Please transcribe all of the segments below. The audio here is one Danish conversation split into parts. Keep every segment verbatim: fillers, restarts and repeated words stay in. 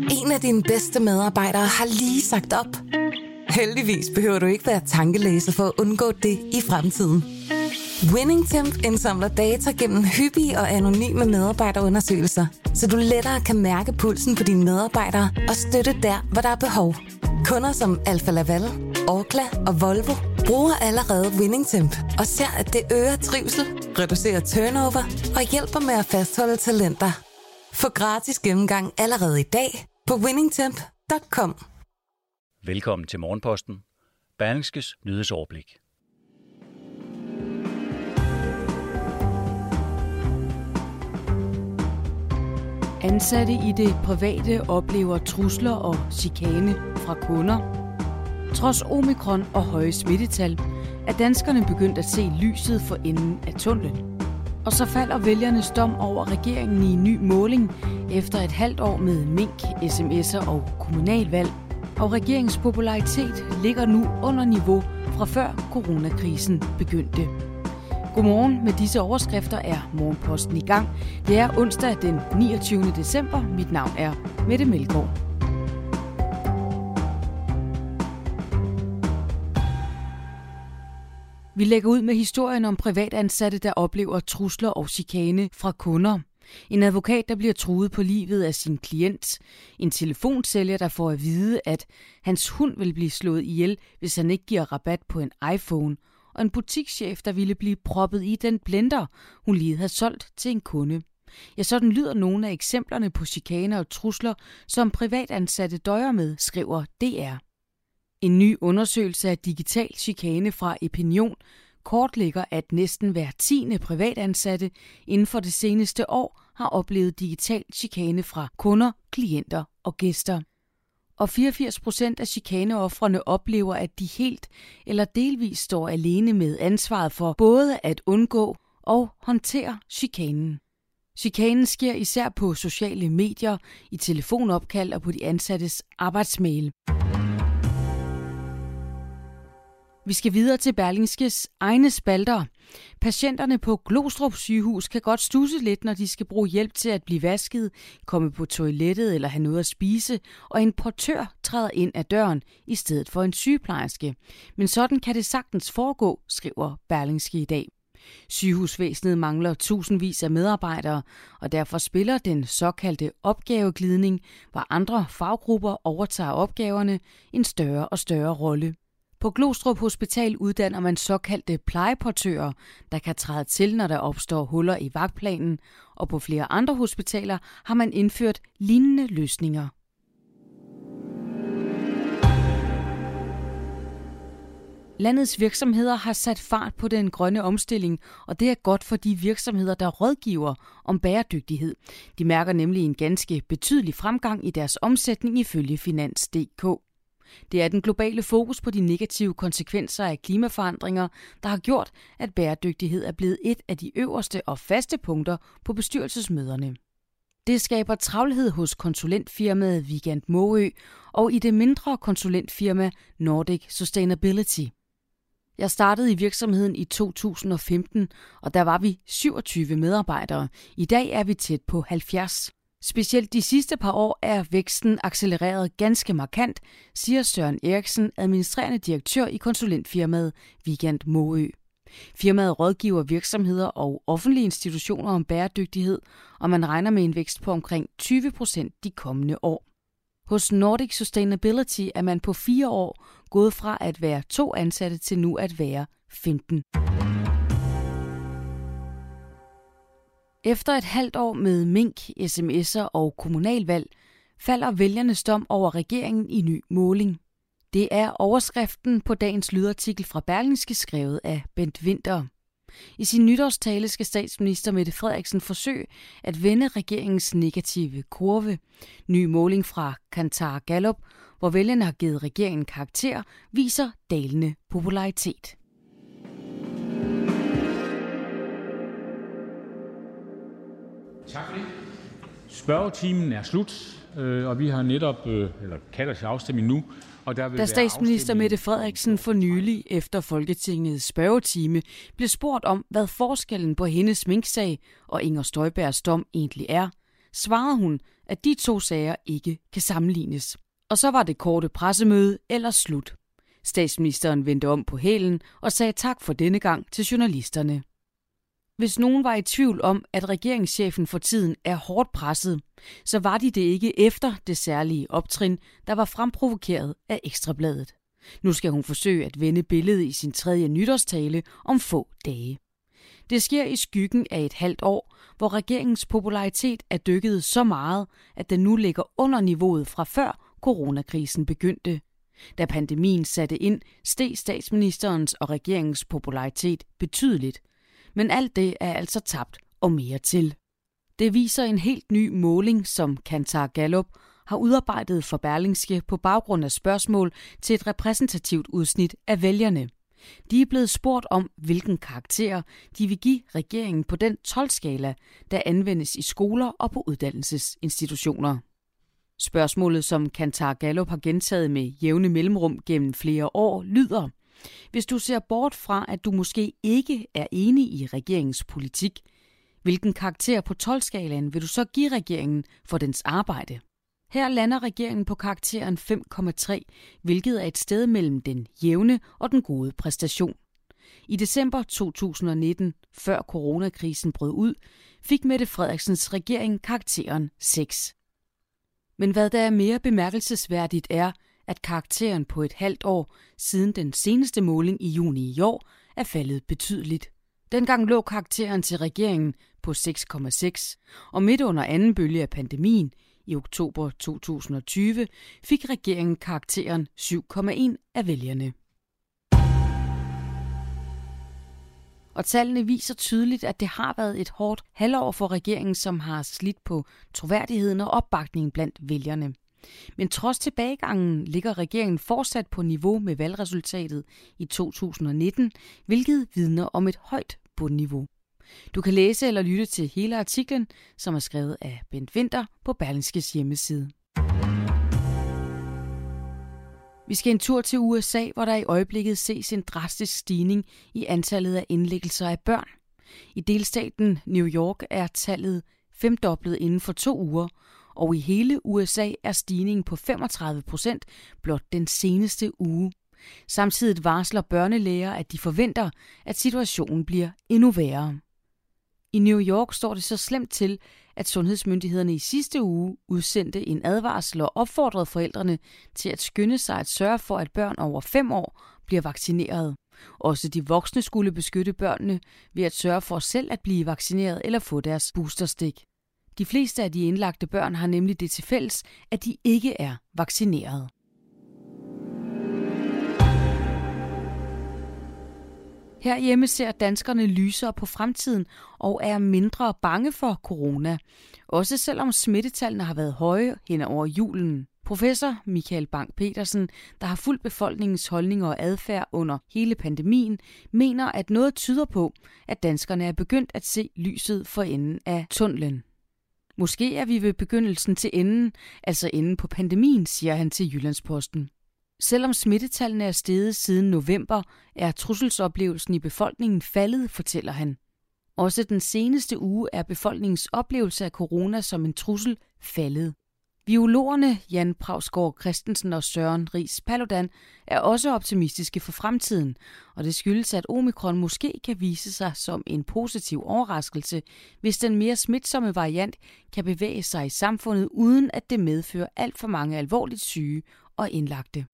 En af dine bedste medarbejdere har lige sagt op. Heldigvis behøver du ikke være tankelæser for at undgå det i fremtiden. WinningTemp indsamler data gennem hyppige og anonyme medarbejderundersøgelser, så du lettere kan mærke pulsen på dine medarbejdere og støtte der, hvor der er behov. Kunder som Alfa Laval, Orkla og Volvo bruger allerede WinningTemp og ser, at det øger trivsel, reducerer turnover og hjælper med at fastholde talenter. Få gratis gennemgang allerede i dag på winningtemp punktum com. Velkommen til Morgenposten. Berlingskes nyhedsoverblik. Ansatte i det private oplever trusler og chikane fra kunder. Trods omikron og høje smittetal er danskerne begyndt at se lyset for enden af tunnelen. Og så falder vælgernes dom over regeringen i en ny måling efter et halvt år med mink, sms'er og kommunalvalg. Og regeringens popularitet ligger nu under niveau fra før coronakrisen begyndte. Godmorgen. Med disse overskrifter er Morgenposten i gang. Det er onsdag den niogtyvende december. Mit navn er Mette Melgaard. Vi lægger ud med historien om privatansatte, der oplever trusler og chikane fra kunder. En advokat, der bliver truet på livet af sin klient. En telefonsælger, der får at vide, at hans hund vil blive slået ihjel, hvis han ikke giver rabat på en iPhone. Og en butikschef, der ville blive proppet i den blender, hun lige havde solgt til en kunde. Ja, sådan lyder nogle af eksemplerne på chikaner og trusler, som privatansatte døjer med, skriver D R. En ny undersøgelse af digital chikane fra Epinion kortlægger, at næsten hver tiende privatansatte inden for det seneste år har oplevet digital chikane fra kunder, klienter og gæster. Og fireogfirs procent af chikaneofrene oplever, at de helt eller delvis står alene med ansvaret for både at undgå og håndtere chikanen. Chikanen sker især på sociale medier, i telefonopkald og på de ansattes arbejdsmail. Vi skal videre til Berlingskes egne spalter. Patienterne på Glostrup sygehus kan godt studse lidt, når de skal bruge hjælp til at blive vasket, komme på toilettet eller have noget at spise, og en portør træder ind ad døren i stedet for en sygeplejerske. Men sådan kan det sagtens foregå, skriver Berlingske i dag. Sygehusvæsenet mangler tusindvis af medarbejdere, og derfor spiller den såkaldte opgaveglidning, hvor andre faggrupper overtager opgaverne, en større og større rolle. På Glostrup Hospital uddanner man såkaldte plejeportører, der kan træde til, når der opstår huller i vagtplanen, og på flere andre hospitaler har man indført lignende løsninger. Landets virksomheder har sat fart på den grønne omstilling, og det er godt for de virksomheder, der rådgiver om bæredygtighed. De mærker nemlig en ganske betydelig fremgang i deres omsætning ifølge Finans punktum d k. Det er den globale fokus på de negative konsekvenser af klimaforandringer, der har gjort, at bæredygtighed er blevet et af de øverste og faste punkter på bestyrelsesmøderne. Det skaber travlhed hos konsulentfirmaet Vigand Måø og i det mindre konsulentfirma Nordic Sustainability. Jeg startede i virksomheden i to tusind og femten, og der var vi syvogtyve medarbejdere. I dag er vi tæt på halvfjerds. Specielt de sidste par år er væksten accelereret ganske markant, siger Søren Eriksen, administrerende direktør i konsulentfirmaet Vigand Måø. Firmaet rådgiver virksomheder og offentlige institutioner om bæredygtighed, og man regner med en vækst på omkring tyve procent de kommende år. Hos Nordic Sustainability er man på fire år gået fra at være to ansatte til nu at være femten. Efter et halvt år med mink, sms'er og kommunalvalg, falder vælgernes dom over regeringen i ny måling. Det er overskriften på dagens lydartikel fra Berlingske, skrevet af Bent Winther. I sin nytårstale skal statsminister Mette Frederiksen forsøge at vende regeringens negative kurve. Ny måling fra Kantar Gallup, hvor vælgerne har givet regeringen karakter, viser dalende popularitet. Tak for det. Spørgetimen er slut, og vi har netop, eller kalder til afstemning nu. Og der vil da statsminister Mette Frederiksen for nylig efter Folketingets spørgetime blev spurgt om, hvad forskellen på hendes minksag og Inger Støjbergs dom egentlig er, svarede hun, at de to sager ikke kan sammenlignes. Og så var det korte pressemøde eller slut. Statsministeren vendte om på hælen og sagde tak for denne gang til journalisterne. Hvis nogen var i tvivl om, at regeringschefen for tiden er hårdt presset, så var de det ikke efter det særlige optrin, der var fremprovokeret af Ekstrabladet. Nu skal hun forsøge at vende billedet i sin tredje nytårstale om få dage. Det sker i skyggen af et halvt år, hvor regeringens popularitet er dykket så meget, at den nu ligger under niveauet fra før coronakrisen begyndte. Da pandemien satte ind, steg statsministerens og regeringens popularitet betydeligt. Men alt det er altså tabt og mere til. Det viser en helt ny måling, som Kantar Gallup har udarbejdet for Berlingske på baggrund af spørgsmål til et repræsentativt udsnit af vælgerne. De er blevet spurgt om, hvilken karakter de vil give regeringen på den tolv-skala, der anvendes i skoler og på uddannelsesinstitutioner. Spørgsmålet, som Kantar Gallup har gentaget med jævne mellemrum gennem flere år, lyder: hvis du ser bort fra, at du måske ikke er enig i regeringens politik, hvilken karakter på tolv-skalaen vil du så give regeringen for dens arbejde? Her lander regeringen på karakteren fem komma tre, hvilket er et sted mellem den jævne og den gode præstation. I december to tusind nitten, før coronakrisen brød ud, fik Mette Frederiksens regering karakteren seks. Men hvad der er mere bemærkelsesværdigt er, at karakteren på et halvt år siden den seneste måling i juni i år er faldet betydeligt. Dengang lå karakteren til regeringen på seks komma seks, og midt under anden bølge af pandemien i oktober to tusind tyve fik regeringen karakteren syv komma en af vælgerne. Og tallene viser tydeligt, at det har været et hårdt halvår for regeringen, som har slidt på troværdigheden og opbakningen blandt vælgerne. Men trods tilbagegangen ligger regeringen fortsat på niveau med valgresultatet i to tusind nitten, hvilket vidner om et højt bundniveau. Du kan læse eller lytte til hele artiklen, som er skrevet af Bent Winther på Berlingskes hjemmeside. Vi skal en tur til U S A, hvor der i øjeblikket ses en drastisk stigning i antallet af indlæggelser af børn. I delstaten New York er tallet femdoblet inden for to uger, og i hele U S A er stigningen på femogtredive procent blot den seneste uge. Samtidig varsler børnelæger, at de forventer, at situationen bliver endnu værre. I New York står det så slemt til, at sundhedsmyndighederne i sidste uge udsendte en advarsel og opfordrede forældrene til at skynde sig at sørge for, at børn over fem år bliver vaccineret. Også de voksne skulle beskytte børnene ved at sørge for selv at blive vaccineret eller få deres boosterstik. De fleste af de indlagte børn har nemlig det til fælles, at de ikke er vaccineret. Herhjemme ser danskerne lysere på fremtiden og er mindre bange for corona, også selvom smittetallene har været høje hen over julen. Professor Michael Bang Petersen, der har fulgt befolkningens holdninger og adfærd under hele pandemien, mener, at noget tyder på, at danskerne er begyndt at se lyset for enden af tunnelen. Måske er vi ved begyndelsen til enden, altså enden på pandemien, siger han til Jyllandsposten. Selvom smittetallene er steget siden november, er trusselsoplevelsen i befolkningen faldet, fortæller han. Også den seneste uge er befolkningens oplevelse af corona som en trussel faldet. Biologerne Jan Prausgaard Christensen og Søren Riis Paludan er også optimistiske for fremtiden, og det skyldes, at omikron måske kan vise sig som en positiv overraskelse, hvis den mere smitsomme variant kan bevæge sig i samfundet, uden at det medfører alt for mange alvorligt syge og indlagte.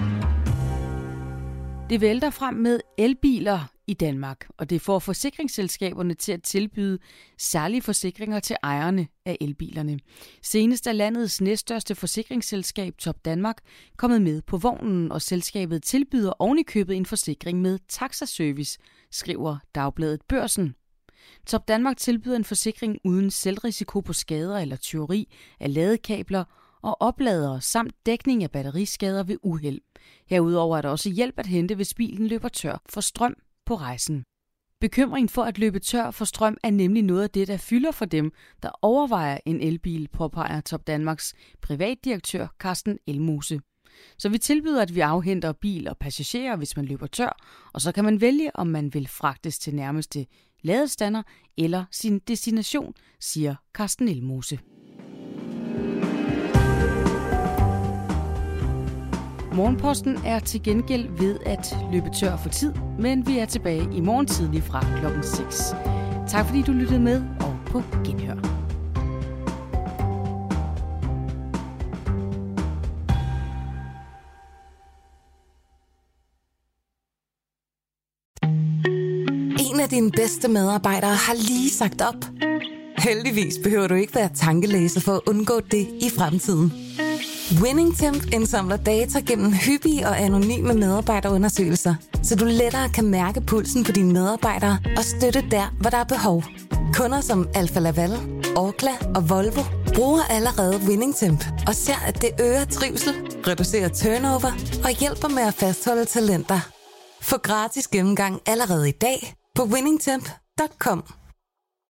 Det vælter frem med elbiler i Danmark, og det får forsikringsselskaberne til at tilbyde særlige forsikringer til ejerne af elbilerne. Senest er landets næststørste forsikringsselskab Top Danmark kommet med på vognen, og selskabet tilbyder ovenikøbet en forsikring med taxaservice, skriver Dagbladet Børsen. Top Danmark tilbyder en forsikring uden selvrisiko på skader eller tyveri af ladekabler og opladere samt dækning af batteriskader ved uheld. Herudover er der også hjælp at hente, hvis bilen løber tør for strøm på rejsen. Bekymringen for at løbe tør for strøm er nemlig noget af det, der fylder for dem, der overvejer en elbil, påpeger Top Danmarks privatdirektør Carsten Elmose. Så vi tilbyder, at vi afhenter bil og passagerer, hvis man løber tør, og så kan man vælge, om man vil fragtes til nærmeste ladestander eller sin destination, siger Carsten Elmose. Morgenposten er til gengæld ved at løbe tør for tid, men vi er tilbage i morgen tidlig fra klokken seks. Tak fordi du lyttede med, og på genhør. En af dine bedste medarbejdere har lige sagt op. Heldigvis behøver du ikke være tankelæser for at undgå det i fremtiden. WinningTemp indsamler data gennem hyppige og anonyme medarbejderundersøgelser, så du lettere kan mærke pulsen på dine medarbejdere og støtte der, hvor der er behov. Kunder som Alfa Laval, Orkla og Volvo bruger allerede WinningTemp og ser, at det øger trivsel, reducerer turnover og hjælper med at fastholde talenter. Få gratis gennemgang allerede i dag på winningtemp punktum com.